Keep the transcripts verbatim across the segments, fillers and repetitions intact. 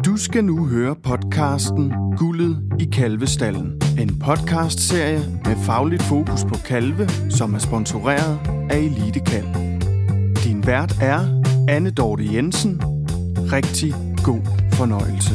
Du skal nu høre podcasten Guldet i Kalvestalden. En podcastserie med fagligt fokus på kalve, som er sponsoreret af Elite Kalv. Din vært er Anne Dorte Jensen. Rigtig god fornøjelse.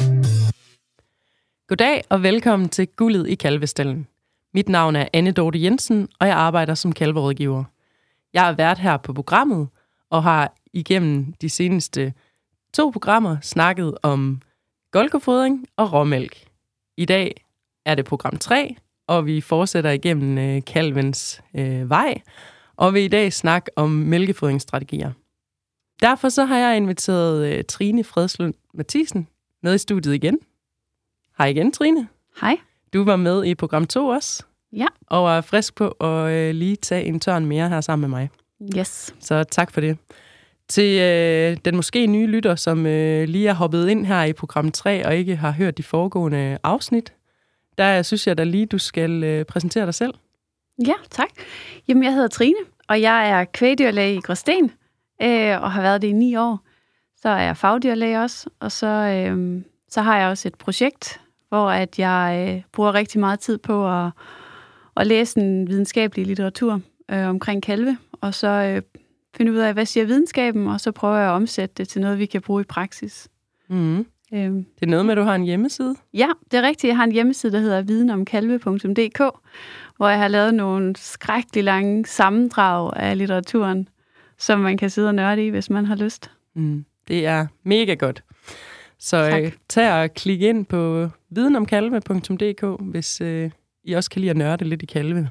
Goddag og velkommen til Guldet i Kalvestalden. Mit navn er Anne Dorte Jensen, og jeg arbejder som kalverådgiver. Jeg er vært her på programmet og har igennem de seneste to programmer snakket om golkefodring og råmælk. I dag er det program tre, og vi fortsætter igennem øh, kalvens øh, vej, og vil i dag snakke om mælkefodringsstrategier. Derfor så har jeg inviteret øh, Trine Fredslund Mathisen med i studiet igen. Hej igen, Trine. Hej. Du var med i program to også. Ja. Og er frisk på at øh, lige tage en tørn mere her sammen med mig. Yes. Så tak for det. Til øh, den måske nye lytter, som øh, lige er hoppet ind her i program tre og ikke har hørt de foregående afsnit, der synes jeg da lige, du skal øh, præsentere dig selv. Ja, tak. Jamen, jeg hedder Trine, og jeg er kvægdyrlæge i Gråsten, øh, og har været det i ni år. Så er jeg fagdyrlæge også, og så, øh, så har jeg også et projekt, hvor at jeg øh, bruger rigtig meget tid på at, at læse en videnskabelig litteratur øh, omkring kalve, og så øh, finde ud af, hvad siger videnskaben, og så prøver jeg at omsætte det til noget, vi kan bruge i praksis. Mm. Øhm. Det er noget med, at du har en hjemmeside? Ja, det er rigtigt. Jeg har en hjemmeside, der hedder videnomkalve punktum d k, hvor jeg har lavet nogle skrækkelig lange sammendrag af litteraturen, som man kan sidde og nørde i, hvis man har lyst. Mm. Det er mega godt. Så øh, tag og klik ind på videnomkalve punktum d k, hvis øh, I også kan lide at nørde lidt i kalve.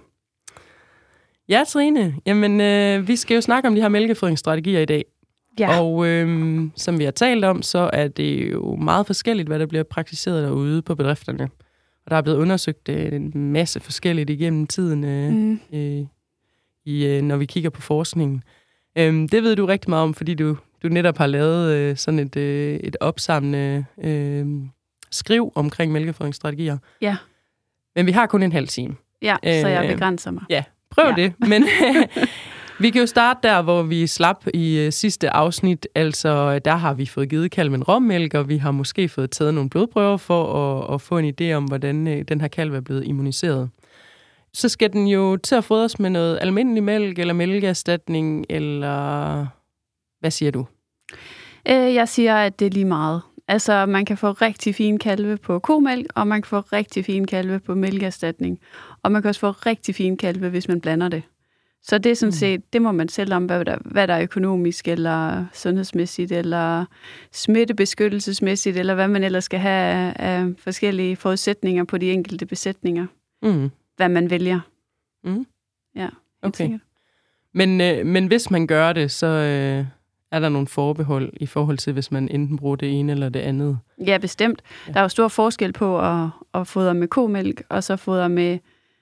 Ja, Trine. Jamen, øh, vi skal jo snakke om de her mælkefodringsstrategier i dag. Ja. Og øh, som vi har talt om, så er det jo meget forskelligt, hvad der bliver praktiseret derude på bedrifterne. Og der er blevet undersøgt øh, en masse forskelligt igennem tiden, øh, mm. øh, i, øh, når vi kigger på forskningen. Øh, det ved du rigtig meget om, fordi du, du netop har lavet øh, sådan et, øh, et opsamlende øh, skriv omkring mælkefodringsstrategier. Ja. Men vi har kun en halv time. Ja, så jeg begrænser mig. Ja. Prøv ja. det, men vi kan jo starte der, hvor vi slap i uh, sidste afsnit. Altså, der har vi fået givet kalven råmælk, og vi har måske fået taget nogle blodprøver for at, at få en idé om, hvordan uh, den her kalv er blevet immuniseret. Så skal den jo til at fodres med noget almindelig mælk, eller mælkeerstatning, eller hvad siger du? Øh, jeg siger, at det er lige meget. Altså, man kan få rigtig fine kalve på komælk, og man kan få rigtig fine kalve på mælkeerstatning. Og man kan også få rigtig fine kalve, hvis man blander det. Så det er sådan set, det må man selv om, hvad der, hvad der er økonomisk, eller sundhedsmæssigt, eller smittebeskyttelsesmæssigt, eller hvad man ellers skal have af, af forskellige forudsætninger på de enkelte besætninger. Mm. Hvad man vælger. Mm. Ja, okay. Men, øh, men hvis man gør det, så... Øh er der nogle forbehold i forhold til, hvis man enten bruger det ene eller det andet? Ja, bestemt. Ja. Der er jo stor forskel på at, at fodre med komælk, og så fodre med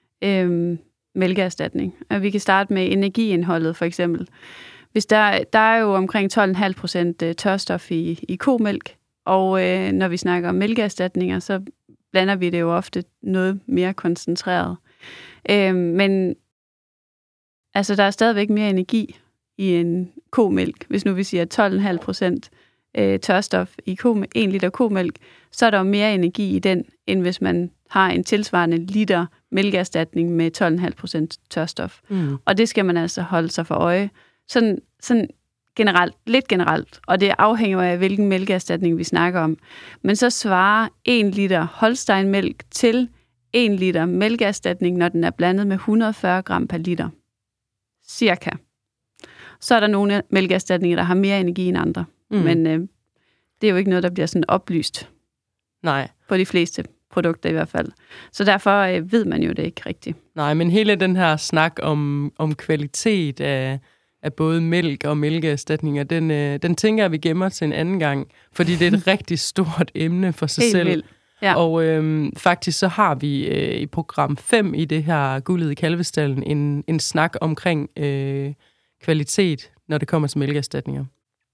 øhm, mælkeerstatning. Og vi kan starte med energiindholdet, for eksempel. Hvis der, der er jo omkring tolv komma fem procent tørstof i, i komælk, og øh, når vi snakker om mælkeerstatninger, så blander vi det jo ofte noget mere koncentreret. Øhm, men altså, der er stadigvæk mere energi i en komælk. Hvis nu vi siger tolv komma fem procent tørstof i en liter komælk, så er der jo mere energi i den, end hvis man har en tilsvarende liter mælkeerstatning med tolv komma fem procent tørstof. Mm. Og det skal man altså holde sig for øje. Sådan, sådan generelt, lidt generelt, og det afhænger af, hvilken mælkeerstatning vi snakker om. Men så svarer en liter Holstein-mælk til en liter mælkeerstatning, når den er blandet med et hundrede og fyrre gram per liter. Cirka. Så er der nogle mælkeerstatninger, der har mere energi end andre. Mm. Men øh, det er jo ikke noget, der bliver sådan oplyst. Nej. På de fleste produkter i hvert fald. Så derfor øh, ved man jo det ikke rigtigt. Nej, men hele den her snak om, om kvalitet af, af både mælk og mælkeerstatninger, den, øh, den tænker jeg, vi gemmer til en anden gang. Fordi det er et rigtig stort emne for sig Helt selv. Vildt. Ja. Og øh, faktisk så har vi øh, i program fem i det her Guldet i Kalvestalden en, en snak omkring øh, kvalitet, når det kommer til mælkeerstatninger.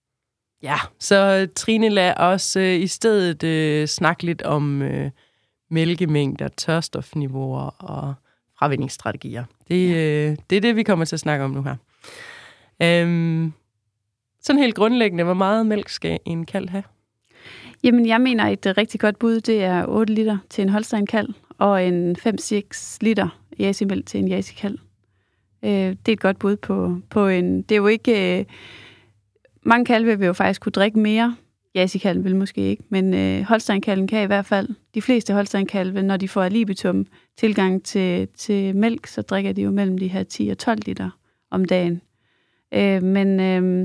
Ja, så Trine, lad os øh, i stedet øh, snakke lidt om øh, mælkemængder, tørstofniveauer og fravændingsstrategier. Det, øh, det er det, vi kommer til at snakke om nu her. Øhm, sådan helt grundlæggende, hvor meget mælk skal en kalv have? Jamen, jeg mener, et rigtig godt bud, det er otte liter til en Holstein-kalv, og en fem til seks liter jasimælk til en jasikalv. Øh, det er et godt bud på, på en... Det er jo ikke... Øh, mange kalve vil jo faktisk kunne drikke mere. Jasikalven vil måske ikke, men øh, Holstein-kalven kan i hvert fald. De fleste Holstein-kalve, når de får ad libitum tilgang til, til mælk, så drikker de jo mellem de her ti og tolv liter om dagen. Øh, men øh,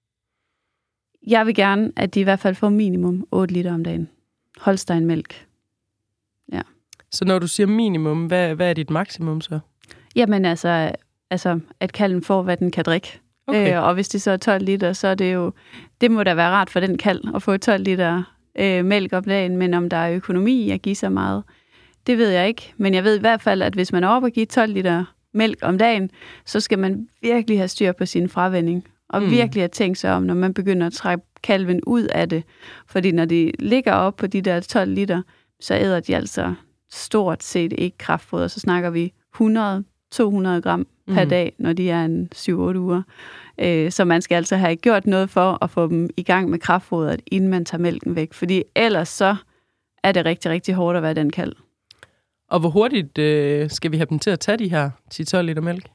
jeg vil gerne, at de i hvert fald får minimum otte liter om dagen. Holstein-mælk. Ja. Så når du siger minimum, hvad, hvad er dit maksimum så? Jamen altså, altså, at kalven får, hvad den kan drikke. Okay. Øh, og hvis det så er tolv liter, så er det jo... Det må da være rart for den kalv at få tolv liter øh, mælk om dagen, men om der er økonomi i at give så meget, det ved jeg ikke. Men jeg ved i hvert fald, at hvis man er oppe og giver tolv liter mælk om dagen, så skal man virkelig have styr på sin fravænning. Og mm. virkelig have tænkt sig om, når man begynder at trække kalven ud af det. Fordi når de ligger op på de der tolv liter, så æder de altså stort set ikke kraftfoder. Så snakker vi hundrede til to hundrede gram per mm. dag, når de er en syv otte uger. Øh, så man skal altså have gjort noget for at få dem i gang med kraftfodret, inden man tager mælken væk. Fordi ellers så er det rigtig, rigtig hårdt at være den kalv. Og hvor hurtigt øh, skal vi have dem til at tage de her ti til tolv liter mælk?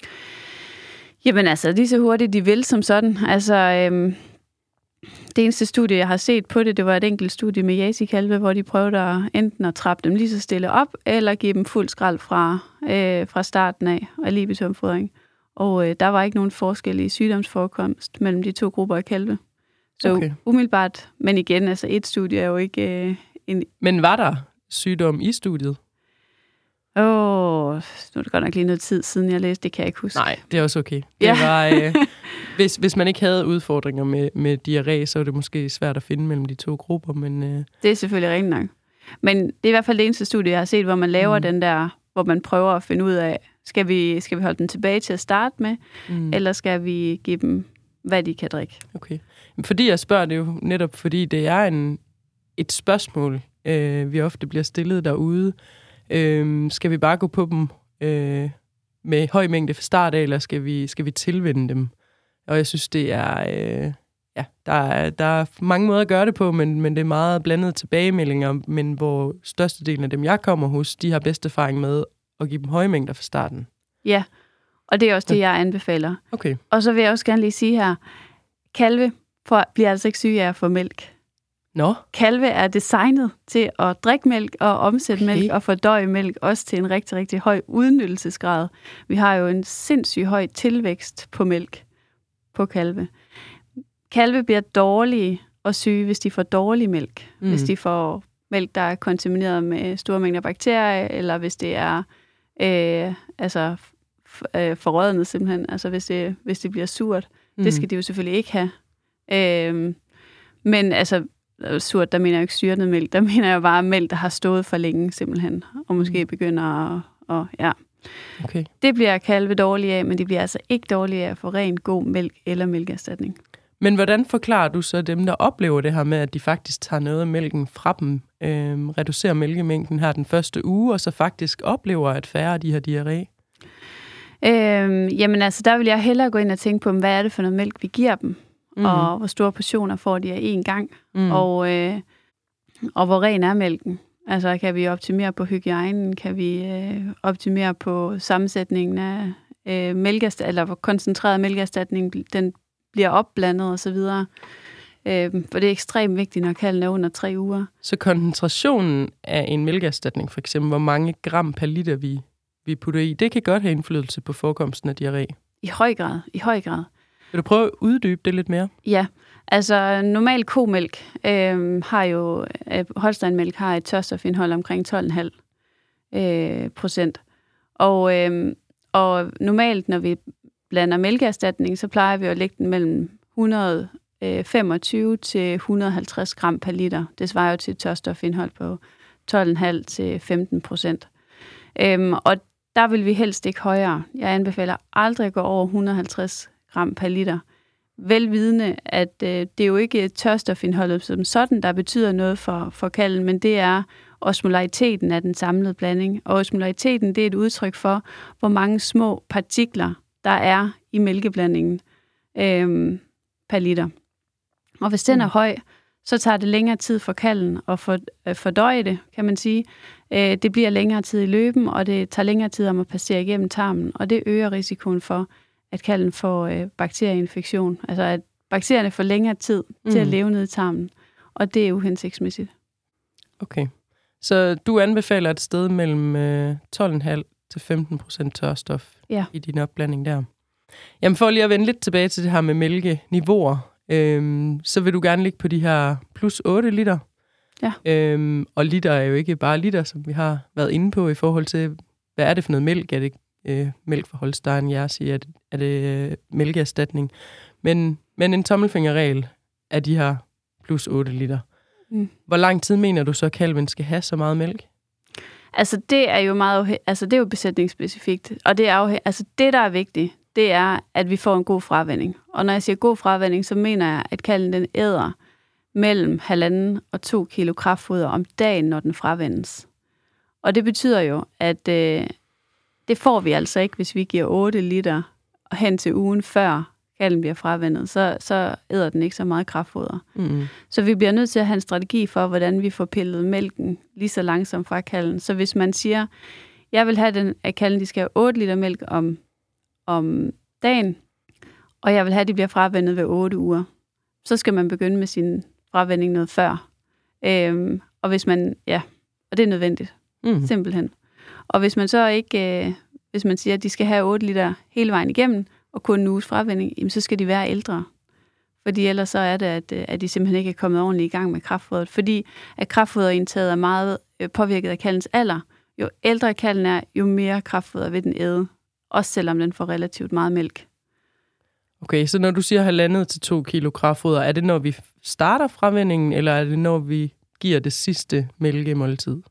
Jamen altså, lige så hurtigt de vil som sådan. Altså, øhm, det eneste studie, jeg har set på det, det var et enkelt studie med jasikalve, hvor de prøvede at enten at trappe dem lige så stille op, eller give dem fuld skrald fra, øh, fra starten af, af libitumfodring. Og øh, der var ikke nogen forskel i sygdomsforekomst mellem de to grupper af kalve. Så okay. umiddelbart, men igen, altså et studie er jo ikke... Øh, en... Men var der sygdom i studiet? Åh, oh, nu er det godt nok lige noget tid siden, jeg læste, det kan jeg ikke huske. Nej, det er også okay. Det ja. var, øh, hvis, hvis man ikke havde udfordringer med, med diarré, så er det måske svært at finde mellem de to grupper, men... Øh... Det er selvfølgelig rigtigt nok. Men det er i hvert fald det eneste studie, jeg har set, hvor man laver mm. den der, hvor man prøver at finde ud af, skal vi, skal vi holde dem tilbage til at starte med, mm. eller skal vi give dem, hvad de kan drikke? Okay. Fordi jeg spørger det jo netop, fordi det er en, et spørgsmål, øh, vi ofte bliver stillet derude. Øh, skal vi bare gå på dem øh, med høj mængde fra start af, eller skal vi, skal vi tilvende dem? Og jeg synes, det er... Øh, ja, der er, der er mange måder at gøre det på, men, men det er meget blandede tilbagemeldinger, men hvor størstedelen af dem, jeg kommer hos, de har bedst erfaring med at give dem høje mængder fra starten. Ja, og det er også det, jeg anbefaler. Okay. Og så vil jeg også gerne lige sige her, kalve for, bliver altså ikke syge af at få mælk. Nå? Kalve er designet til at drikke mælk og omsætte okay. mælk og fordøje mælk, også til en rigtig, rigtig høj udnyttelsesgrad. Vi har jo en sindssygt høj tilvækst på mælk på kalve. Kalve bliver dårlige og syge, hvis de får dårlig mælk. Mm. Hvis de får mælk, der er kontamineret med store mængder bakterier, eller hvis det er øh, altså, f- øh, forrådnet simpelthen. Altså hvis det, hvis det bliver surt. Mm. Det skal de jo selvfølgelig ikke have. Øh, men altså, surt, der mener jeg ikke syrnet mælk. Der mener jeg bare mælk, der har stået for længe simpelthen. Og måske begynder at... Og, ja. Okay. Det bliver kalve dårlige af, men de bliver altså ikke dårlige af at få ren god mælk eller mælkeerstatning. Men hvordan forklarer du så dem, der oplever det her med, at de faktisk tager noget af mælken fra dem, øh, reducerer mælkemængden her den første uge, og så faktisk oplever, at færre de har diarré? Øhm, jamen altså, der vil jeg hellere gå ind og tænke på, hvad er det for noget mælk, vi giver dem, mm. og hvor store portioner får de af én gang, mm. og, øh, og hvor ren er mælken. Altså, kan vi optimere på hygiejnen? Kan vi øh, optimere på sammensætningen af øh, mælkeerstatning, eller hvor koncentreret mælkeerstatning den bliver opblandet og så videre. Øh, for det er ekstremt vigtigt, når kalven er under tre uger. Så koncentrationen af en mælkeerstatning, for eksempel, hvor mange gram per liter vi, vi putter i, det kan godt have indflydelse på forekomsten af diarré? I høj grad, i høj grad. Vil du prøve at uddybe det lidt mere? Ja, altså normal komælk øh, har jo, øh, Holsteinmælk har et tørstofindhold omkring tolv komma fem øh, procent. Og, øh, og normalt, når vi blander mælkeerstatning, så plejer vi at lægge den mellem et hundrede og femogtyve til et hundrede og halvtreds gram per liter. Det svarer jo til et tørstofindhold på tolv komma fem til femten procent. Øhm, og der vil vi helst ikke højere. Jeg anbefaler aldrig at gå over et hundrede og halvtreds gram per liter. Velvidende, at øh, det er jo ikke tørstofindholdet som sådan, der betyder noget for, for kalven, men det er osmolariteten af den samlede blanding. Og osmolariteten, det er et udtryk for, hvor mange små partikler der er i mælkeblandingen øhm, per liter. Og hvis den er høj, så tager det længere tid for kalven at for, øh, fordøje det, kan man sige. Øh, det bliver længere tid i løben, og det tager længere tid om at passere igennem tarmen, og det øger risikoen for, at kalven får øh, bakterieinfektion. Altså at bakterierne får længere tid mm. til at leve nede i tarmen, og det er uhensigtsmæssigt. Okay. Så du anbefaler et sted mellem øh, tolv komma fem til femten procent tørstof ja. i din opblanding der. Jamen for lige at vende lidt tilbage til det her med mælkeniveauer, øhm, så vil du gerne ligge på de her plus otte liter. Ja. Øhm, og liter er jo ikke bare liter, som vi har været inde på i forhold til, hvad er det for noget mælk? Er det øh, mælk fra Holstein, jeg siger, er det, er det øh, mælkeerstatning? Men, men en tommelfingerregel er de her plus otte liter. Mm. Hvor lang tid mener du så, at kalven skal have så meget mælk? Altså det er jo meget, altså det er jo besætningsspecifikt, og det er jo, altså det der er vigtigt, det er, at vi får en god fravanding. Og når jeg siger god fravanding, så mener jeg, at kalven den æder mellem halvanden og to kilo kraftfoder om dagen, når den fravendes. Og det betyder jo, at øh, det får vi altså ikke, hvis vi giver otte liter hen til ugen før kalven bliver fravendet, så, så æder den ikke så meget kraftfoder. Mm. Så vi bliver nødt til at have en strategi for, hvordan vi får pillet mælken lige så langsomt fra kalven. Så hvis man siger, jeg vil have, den, at kalven de skal have otte liter mælk om, om dagen, og jeg vil have, at de bliver fravendet ved otte uger, så skal man begynde med sin fravending noget før. Øhm, og hvis man, ja, og det er nødvendigt, mm. simpelthen. Og hvis man så ikke, øh, hvis man siger, at de skal have otte liter hele vejen igennem, og kun en uges fravending, jamen, så skal de være ældre. Fordi ellers så er det, at, at de simpelthen ikke er kommet ordentligt i gang med kraftfodret. Fordi at kraftfoderindtaget er meget påvirket af kalvens alder. Jo ældre kalven er, jo mere kraftfoder vil den æde. Også selvom den får relativt meget mælk. Okay, så når du siger halvandet til to kilo kraftfoder, er det når vi starter fravendingen, eller er det når vi giver det sidste mælkemåltid?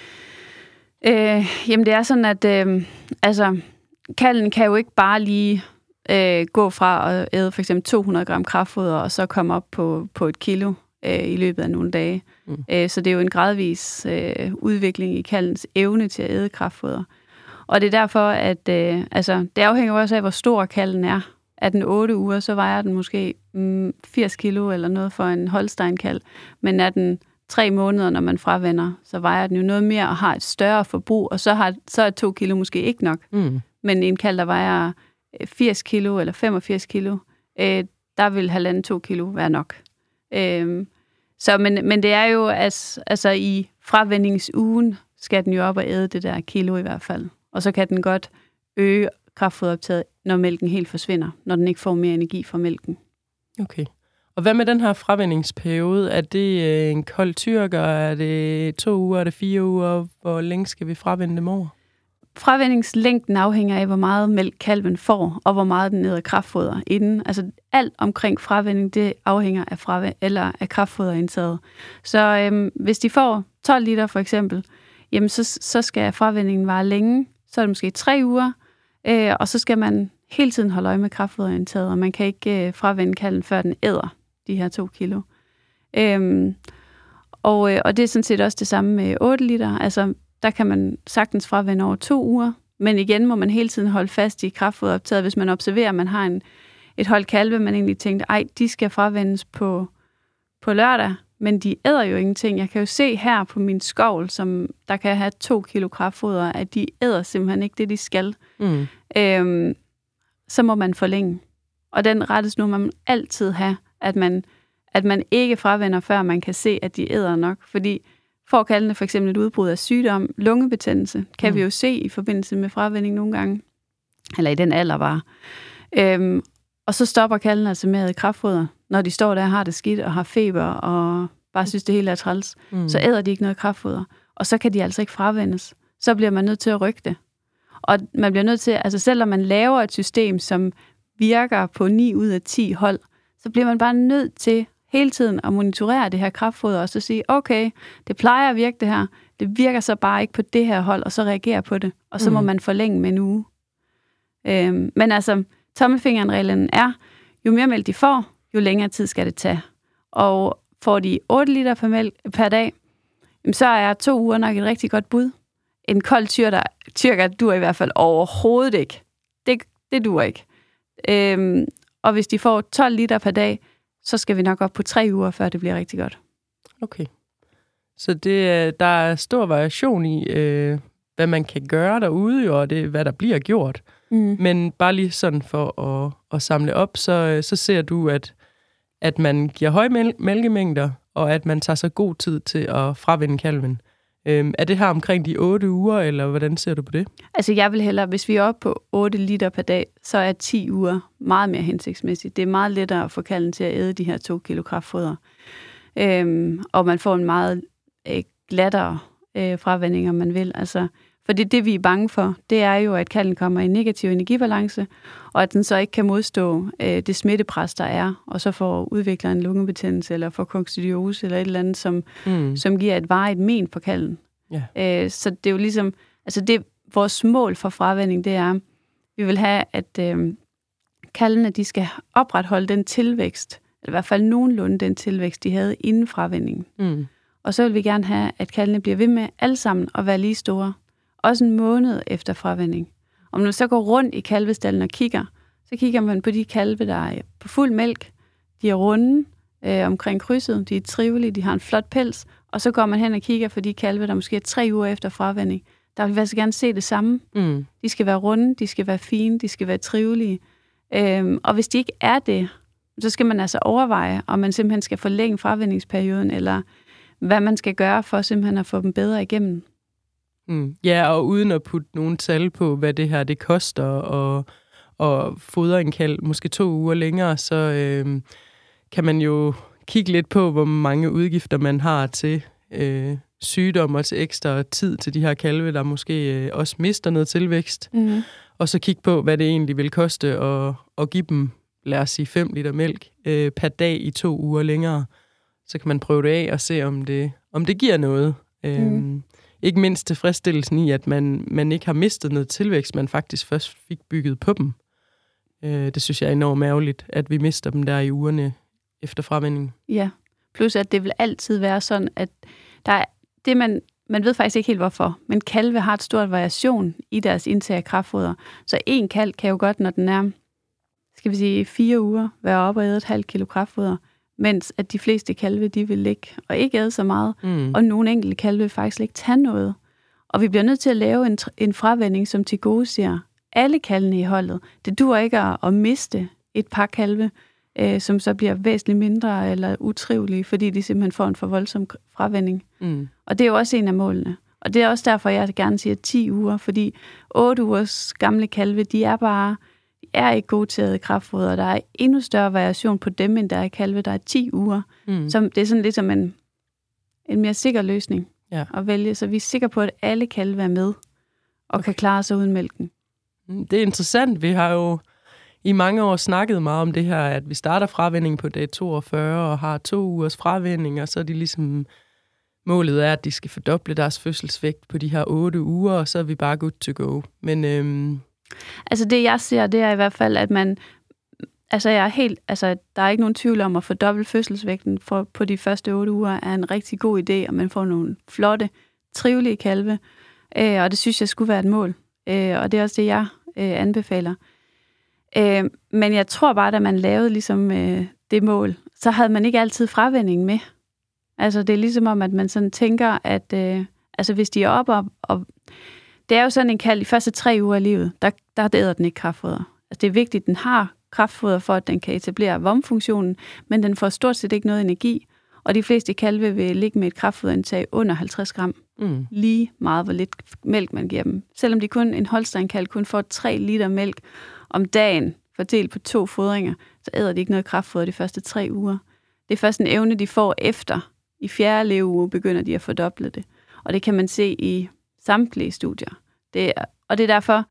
Øh, jamen det er sådan, at øh, altså, kalven kan jo ikke bare lige øh, gå fra at æde for eksempel to hundrede gram kraftfoder, og så komme op på, på et kilo øh, i løbet af nogle dage. Mm. Øh, så det er jo en gradvis øh, udvikling i kalvens evne til at æde kraftfoder. Og det er derfor, at øh, altså, det afhænger også af, hvor stor kalven er. Er den otte uger, så vejer den måske mm, firs kilo eller noget for en Holstein-kalv. Men er den tre måneder, når man fravender, så vejer den jo noget mere og har et større forbrug, og så, har, så er to kilo måske ikke nok. Mm. Men en kalv, der vejer firs kilo eller femogfirs kilo, øh, der vil halvanden to kilo være nok. Øh, så, men, men det er jo, altså, altså i fravendingsugen skal den jo op og æde det der kilo i hvert fald. Og så kan den godt øge kraftfoderoptaget, når mælken helt forsvinder, når den ikke får mere energi fra mælken. Okay. Og hvad med den her fravendingsperiode? Er det en kold tyrker? Er det to uger? Er det fire uger? Hvor længe skal vi fravende dem over? Fravendingslængden afhænger af, hvor meget mælk kalven får, og hvor meget den æder kraftfoder inden. Altså alt omkring fravending, det afhænger af, frave- eller af kraftfoderindtaget. Så øhm, hvis de får tolv liter for eksempel, jamen så, så skal fravendingen vare længe. Så er det måske tre uger, øh, og så skal man hele tiden holde øje med kraftfoderindtaget, og man kan ikke øh, fravende kalven, før den æder de her to kilo. Øhm, og, øh, og det er sådan set også det samme med otte liter. Altså der kan man sagtens fravende over to uger, men igen må man hele tiden holde fast i kraftfoderoptaget. Hvis man observerer, at man har en, et hold kalve, man egentlig tænkte, ej, de skal fravendes på, på lørdag, men de æder jo ingenting. Jeg kan jo se her på min skovl, som der kan have to kilo kraftfoder, at de æder simpelthen ikke det, de skal. Mm. Øhm, så må man forlænge. Og den rettesnor må man altid have, at man, at man ikke fravender, før man kan se, at de æder nok. Fordi får kalvene for eksempel et udbrud af sygdom, lungebetændelse, kan mm. vi jo se i forbindelse med fravending nogle gange, eller i den alder bare. Øhm, og så stopper kalvene altså med at æde kraftfoder, når de står der og har det skidt og har feber og bare synes, det hele er træls. Mm. Så æder de ikke noget kraftfoder, og så kan de altså ikke fravendes. Så bliver man nødt til at rykke det. Og man bliver nødt til, altså selvom man laver et system, som virker på ni ud af ti hold, så bliver man bare nødt til hele tiden at monitorere det her kraftfoder, og så sige, okay, det plejer at virke det her, det virker så bare ikke på det her hold, og så reagere på det, og så mm. må man forlænge med en uge. Øhm, men altså, tommelfingerreglen er, jo mere mælk de får, jo længere tid skal det tage. Og får de otte liter per, mælk, per dag, så er to uger nok et rigtig godt bud. En kold tyrker, tyrker dur i hvert fald overhovedet ikke. Det, det dur ikke. Øhm, og hvis de får tolv liter per dag, så skal vi nok op på tre uger, før det bliver rigtig godt. Okay. Så det, der er stor variation i, øh, hvad man kan gøre derude, jo, og det, hvad der bliver gjort. Mm. Men bare lige sådan for at, at samle op, så, så ser du, at, at man giver høje mæl- mælkemængder, og at man tager sig god tid til at fravinde kalven. Øhm, er det her omkring de otte uger, eller hvordan ser du på det? Altså jeg vil hellere, hvis vi er oppe på otte liter per dag, så er ti uger meget mere hensigtsmæssigt. Det er meget lettere at få kalven til at æde de her to kilo kraftfoder. Øhm, og man får en meget øh, glattere øh, fravinding, om man vil. Altså, for det, det, vi er bange for, det er jo, at kalven kommer i negativ energibalance, og at den så ikke kan modstå øh, det smittepres, der er, og så får udvikler en lungebetændelse, eller får kokcidiose, eller et eller andet, som, mm. som giver et varigt men på kalven. Yeah. Øh, så det er jo ligesom, altså det, vores mål for fravinding, det er, vi vil have, at øh, kalvene, de skal opretholde den tilvækst, eller i hvert fald nogenlunde den tilvækst, de havde inden fravindingen. Mm. Og så vil vi gerne have, at kalvene bliver ved med alle sammen at være lige store. Også en måned efter fravinding. Om man så går rundt i kalvestallen og kigger, så kigger man på de kalve, der er på fuld mælk. De er runde øh, omkring krydset, de er trivelige, de har en flot pels. Og så går man hen og kigger for de kalve, der måske er tre uger efter fravinding. Der vil vi altså gerne se det samme. Mm. De skal være runde, de skal være fine, de skal være trivelige. Øhm, og hvis de ikke er det, så skal man altså overveje, om man simpelthen skal forlænge fravindingsperioden, eller hvad man skal gøre for simpelthen at få dem bedre igennem. Mm. Ja, og uden at putte nogle tal på, hvad det her det koster, og, og fodre en kalv måske to uger længere, så øh, kan man jo kigge lidt på, hvor mange udgifter man har til øh, sygdom og til ekstra tid til de her kalve, der måske øh, også mister noget tilvækst. Mm. Og så kigge på, hvad det egentlig vil koste at, at give dem, lad os sige, fem liter mælk øh, per dag i to uger længere. Så kan man prøve det af og se, om det, om det giver noget. Mm. Øhm, ikke mindst tilfredsstillelsen i, at man, man ikke har mistet noget tilvækst, man faktisk først fik bygget på dem. Øh, det synes jeg er enormt ærgerligt, at vi mister dem der i ugerne efter fravindingen. Ja, plus at det vil altid være sådan, at der er det, man, man ved faktisk ikke helt hvorfor, men kalve har et stort variation i deres indtag af kraftfoder. Så en kalv kan jo godt, når den er, skal vi sige, fire uger, være oppe og æde et halvt kilo kraftfoder, mens at de fleste kalve, de vil ligge og ikke æde så meget, mm. og nogle enkelte kalve vil faktisk ikke tage noget. Og vi bliver nødt til at lave en, en fravinding, som til gode siger alle kalvene i holdet. Det dur ikke at, at miste et par kalve, øh, som så bliver væsentligt mindre eller utrivelige, fordi de simpelthen får en for voldsom fravinding. Mm. Og det er jo også en af målene. Og det er også derfor, jeg gerne siger ti uger, fordi otte ugers gamle kalve, de er bare er ikke gode til at æde kraftfoder. Der er endnu større variation på dem, end der er kalve, der er ti uger. Mm. Så det er sådan lidt som en, en mere sikker løsning ja. At vælge. Så vi er sikre på, at alle kalve er med og okay. kan klare sig uden mælken. Det er interessant. Vi har jo i mange år snakket meget om det her, at vi starter fravinding på dag toogfyrre og har to ugers fravinding, og så er de ligesom målet er, at de skal fordoble deres fødselsvægt på de her otte uger, og så er vi bare good to go. Men øhm altså det, jeg ser, det er i hvert fald, at man, altså jeg er helt, altså der er ikke nogen tvivl om at fordoble fødselsvægten for, på de første otte uger er en rigtig god idé, og man får nogle flotte, trivelige kalve, øh, og det synes jeg skulle være et mål. Øh, og det er også det, jeg øh, anbefaler. Øh, men jeg tror bare, at man lavede ligesom øh, det mål, så havde man ikke altid fravinding med. Altså det er ligesom om, at man sådan tænker, at øh, altså hvis de er oppe og, og det er jo sådan en kalv, de første tre uger af livet, der, der æder den ikke kraftfoder. Altså det er vigtigt, at den har kraftfoder for, at den kan etablere vomfunktionen, men den får stort set ikke noget energi, og de fleste kalve vil ligge med et kraftfoderindtag under halvtreds gram. Mm. Lige meget, hvor lidt mælk man giver dem. Selvom de kun, en holsteinkalv kun får tre liter mælk om dagen, fordelt på to fodringer, så æder de ikke noget kraftfoder de første tre uger. Det er først en evne, de får efter. I fjerde leveuge begynder de at fordoble det. Og det kan man se i samtlige studier. Det er, og det er derfor,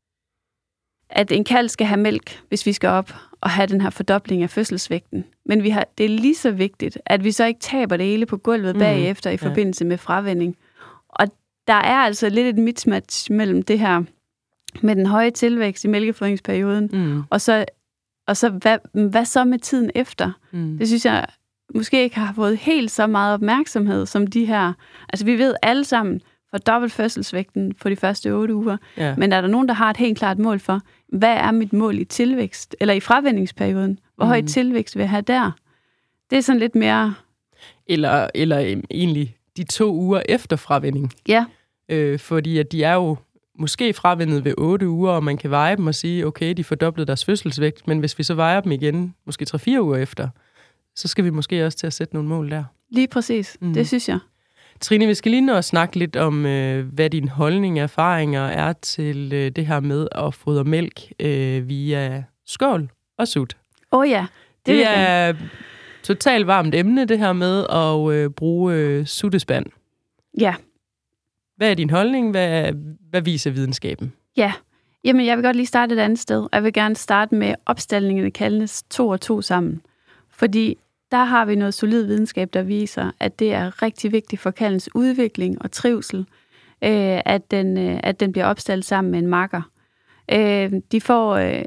at en kalv skal have mælk, hvis vi skal op og have den her fordobling af fødselsvægten. Men vi har, det er lige så vigtigt, at vi så ikke taber det hele på gulvet bagefter mm, i forbindelse ja. Med fravinding. Og der er altså lidt et mismatch mellem det her med den høje tilvækst i mælkefodringsperioden, mm. og så, og så hvad, hvad så med tiden efter? Mm. Det synes jeg måske ikke har fået helt så meget opmærksomhed som de her. Altså vi ved alle sammen, for dobbelt fødselsvægten på de første otte uger. Ja. Men er der nogen, der har et helt klart mål for, hvad er mit mål i tilvækst, eller i fravindingsperioden? Hvor mm. høj tilvækst vil jeg have der? Det er sådan lidt mere... Eller, eller egentlig de to uger efter fravænning. Ja. Øh, fordi at de er jo måske fravænnet ved otte uger, og man kan veje dem og sige, okay, de fordoblede deres fødselsvægt, men hvis vi så vejer dem igen, måske tre fire uger efter, så skal vi måske også til at sætte nogle mål der. Lige præcis. Mm. Det synes jeg. Trine, vi skal lige nå at snakke lidt om, øh, hvad din holdning og erfaringer er til øh, det her med at fodre mælk øh, via skål og sut. Åh oh ja. Det, det er et totalt varmt emne, det her med at øh, bruge øh, suttespand. Ja. Hvad er din holdning? Hvad, hvad viser videnskaben? Ja, jamen jeg vil godt lige starte et andet sted. Jeg vil gerne starte med opstaldningen af kalvenes to og to sammen. Fordi der har vi noget solid videnskab, der viser, at det er rigtig vigtigt for kalvens udvikling og trivsel, øh, at, den, øh, at den bliver opstaldet sammen med en makker. Øh, de får, øh,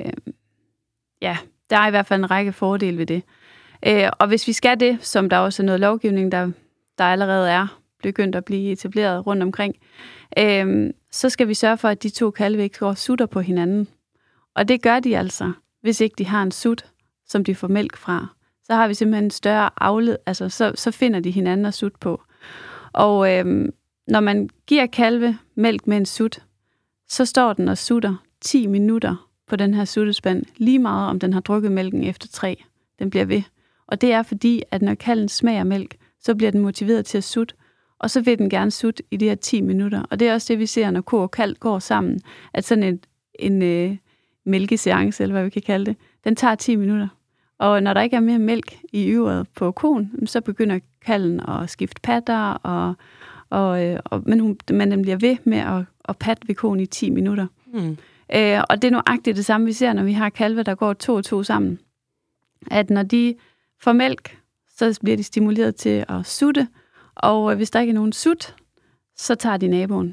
ja, der er i hvert fald en række fordele ved det. Øh, og hvis vi skal det, som der også er noget lovgivning, der, der allerede er begyndt at blive etableret rundt omkring, øh, så skal vi sørge for, at de to kalve ikke går sutter på hinanden. Og det gør de altså, hvis ikke de har en sut, som de får mælk fra. Så har vi simpelthen en større afled, altså så, så finder de hinanden at sut på. Og øh, når man giver kalve mælk med en sut, så står den og sutter ti minutter på den her suttespand, lige meget om den har drukket mælken efter tre. Den bliver ved. Og det er fordi, at når kalven smager mælk, så bliver den motiveret til at sutte, og så vil den gerne sutte i de her ti minutter. Og det er også det, vi ser, når ko og kalv går sammen, at sådan en, en øh, mælkeseance, eller hvad vi kan kalde det, den tager ti minutter. Og når der ikke er mere mælk i yveret på koen, så begynder kalven at skifte patter, og, og, øh, og, men, hun, men den bliver ved med at, at patte ved koen i ti minutter. Mm. Øh, og det er nøjagtigt det samme, vi ser, når vi har kalve, der går to og to sammen. At når de får mælk, så bliver de stimuleret til at sutte, og hvis der ikke er nogen sut, så tager de naboens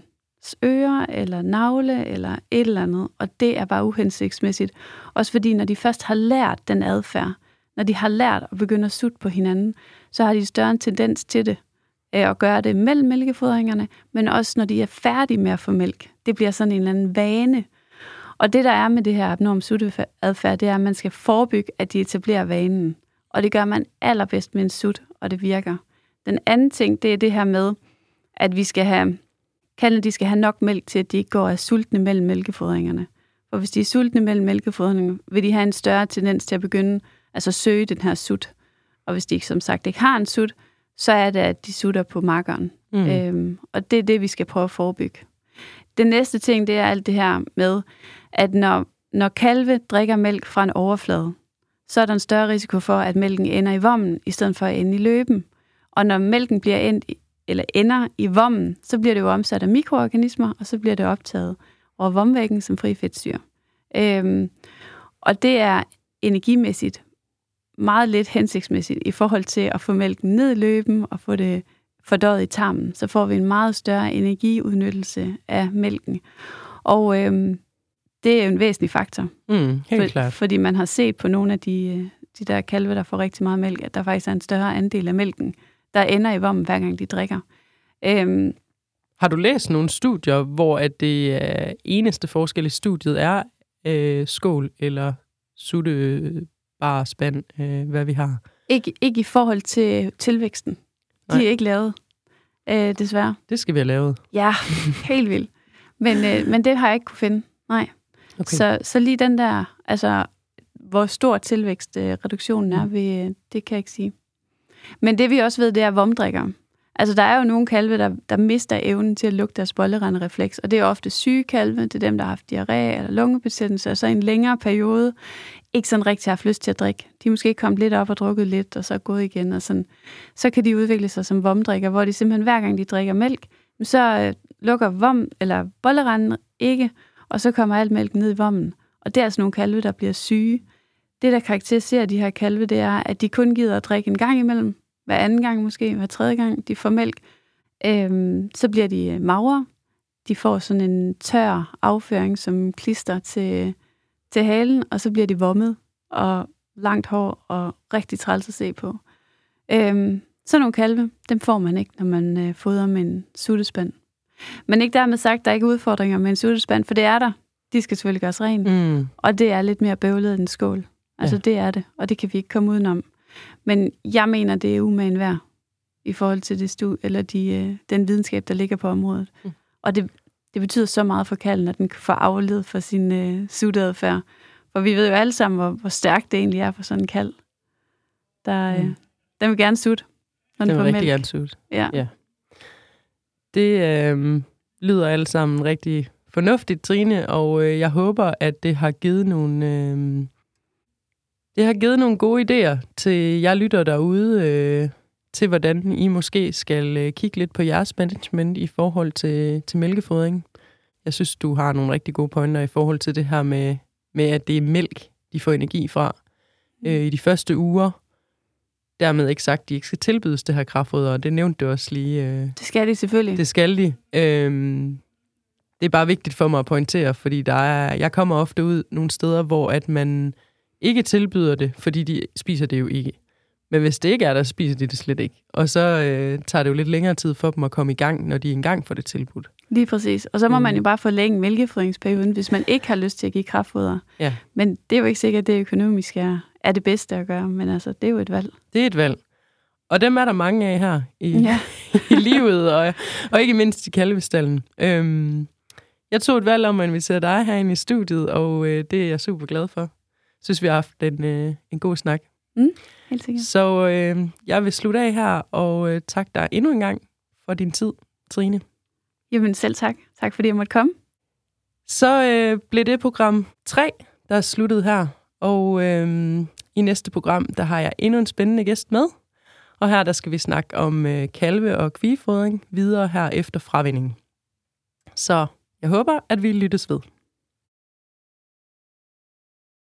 øre eller navle eller et eller andet, og det er bare uhensigtsmæssigt. Også fordi, når de først har lært den adfærd, når de har lært at begynde at sutte på hinanden, så har de større en tendens til det, at gøre det mellem mælkefodringerne, men også når de er færdige med at få mælk. Det bliver sådan en eller anden vane. Og det, der er med det her abnorm sutteadfærd, det er, at man skal forebygge, at de etablerer vanen. Og det gør man allerbedst med en sut, og det virker. Den anden ting, det er det her med, at vi skal have, kalvene, de skal have nok mælk til, at de ikke går af sultne mellem mælkefodringerne. For hvis de er sultne mellem mælkefodringerne, vil de have en større tendens til at begynde altså at søge den her sut. Og hvis de som sagt ikke har en sut, så er det, at de sutter på makkeren. Mm. Øhm, og det er det, vi skal prøve at forebygge. Den næste ting, det er alt det her med, at når, når kalve drikker mælk fra en overflade, så er der en større risiko for, at mælken ender i vommen, i stedet for at ende i løben. Og når mælken bliver endt, eller ender i vommen, så bliver det jo omsat af mikroorganismer, og så bliver det optaget over vomvæggen som fri fedtsyre. Øhm, og det er energimæssigt meget lidt hensigtsmæssigt i forhold til at få mælken ned i løben og få det fordøjet i tarmen. Så får vi en meget større energiudnyttelse af mælken. Og øhm, det er jo en væsentlig faktor. Mm, helt for, klart. Fordi man har set på nogle af de, de der kalve, der får rigtig meget mælk, at der faktisk er en større andel af mælken, der ender i vommen, hver gang de drikker. Øhm, har du læst nogle studier, hvor at det øh, eneste forskel i studiet er øh, skål eller sutte bare spand, øh, hvad vi har? Ikke, ikke i forhold til tilvæksten. De Nej. er ikke lavet, øh, desværre. Det skal vi have lavet. Ja, helt vildt. Men, øh, men det har jeg ikke kunne finde. Nej. Okay. Så, så lige den der, altså, hvor stor tilvækstreduktionen er, mm. ved, det kan jeg ikke sige. Men det vi også ved, det er vomdrikker. Altså, der er jo nogle kalve, der, der mister evnen til at lugte deres bollerendrefleks, og det er ofte syge kalve, det er dem, der har haft diarré eller lungebetændelse, og så i en længere periode ikke sådan rigtig har haft lyst til at drikke. De er måske kommet lidt op og drukket lidt, og så gået igen, og sådan. Så kan de udvikle sig som vomdrikker, hvor de simpelthen hver gang de drikker mælk, så øh, lukker vom, eller bollerenden ikke, og så kommer alt mælk ned i vommen. Og det er altså nogle kalve, der bliver syge. Det, der karakteriserer de her kalve, det er, at de kun gider at drikke en gang imellem, hver anden gang måske, hver tredje gang, de får mælk. Øhm, så bliver de magre. De får sådan en tør afføring, som klister til, til halen, og så bliver de vommet, og langt hår, og rigtig træls at se på. Øhm, sådan nogle kalve, dem får man ikke, når man øh, fodrer med en suttespand. Men ikke dermed sagt, at der er ikke udfordringer med en suttespand, for det er der. De skal selvfølgelig gøres ren. Mm. Og det er lidt mere bøvlet end en skål. Altså ja. Det er det, og det kan vi ikke komme udenom. Men jeg mener, det er umagen værd i forhold til det stu- eller de, øh, den videnskab, der ligger på området. Mm. Og det, det betyder så meget for kalden, at den kan få afledt for sin øh, sutteadfærd. For vi ved jo alle sammen, hvor, hvor stærkt det egentlig er for sådan en kald. Der, øh, mm. Den vil gerne sutte. Den vil rigtig mælk. gerne sutte. Ja. ja. Det øh, lyder alle sammen rigtig fornuftigt, Trine, og øh, jeg håber, at det har givet nogle, øh, det har givet nogle gode idéer til jer lytter derude, øh, til hvordan I måske skal øh, kigge lidt på jeres management i forhold til, til mælkefodring. Jeg synes, du har nogle rigtig gode pointer i forhold til det her med, med at det er mælk, de får energi fra øh, i de første uger. Dermed ikke sagt, at de ikke skal tilbydes det her kraftfoder, og det nævnte du også lige. Øh, det skal de selvfølgelig. Det skal de. Øhm, det er bare vigtigt for mig at pointere, fordi der er, jeg kommer ofte ud nogle steder, hvor at man ikke tilbyder det, fordi de spiser det jo ikke. Men hvis det ikke er der, spiser de det slet ikke. Og så øh, tager det jo lidt længere tid for dem at komme i gang, når de engang får det tilbudt. Lige præcis. Og så må mm. man jo bare forlænge mælkefodringsperioden, hvis man ikke har lyst til at give kraftfoder. Ja. Men det er jo ikke sikkert, at det økonomisk er, er det bedste at gøre, men altså, det er jo et valg. Det er et valg. Og dem er der mange af her i, ja. i livet, og, og ikke mindst i kalvestallen. Øhm, jeg tog et valg om at invitere dig herinde i studiet, og øh, det er jeg super glad for. Jeg synes, vi har haft en, øh, en god snak. Mm, helt sikkert. Så øh, jeg vil slutte af her, og øh, takke dig endnu en gang for din tid, Trine. Jamen selv tak. Tak fordi jeg måtte komme. Så øh, blev det program tre, der er sluttet her. Og øh, i næste program, der har jeg endnu en spændende gæst med. Og her der skal vi snakke om øh, kalve- og kvigefodring videre her efter fravindingen. Så jeg håber, at vi lyttes ved.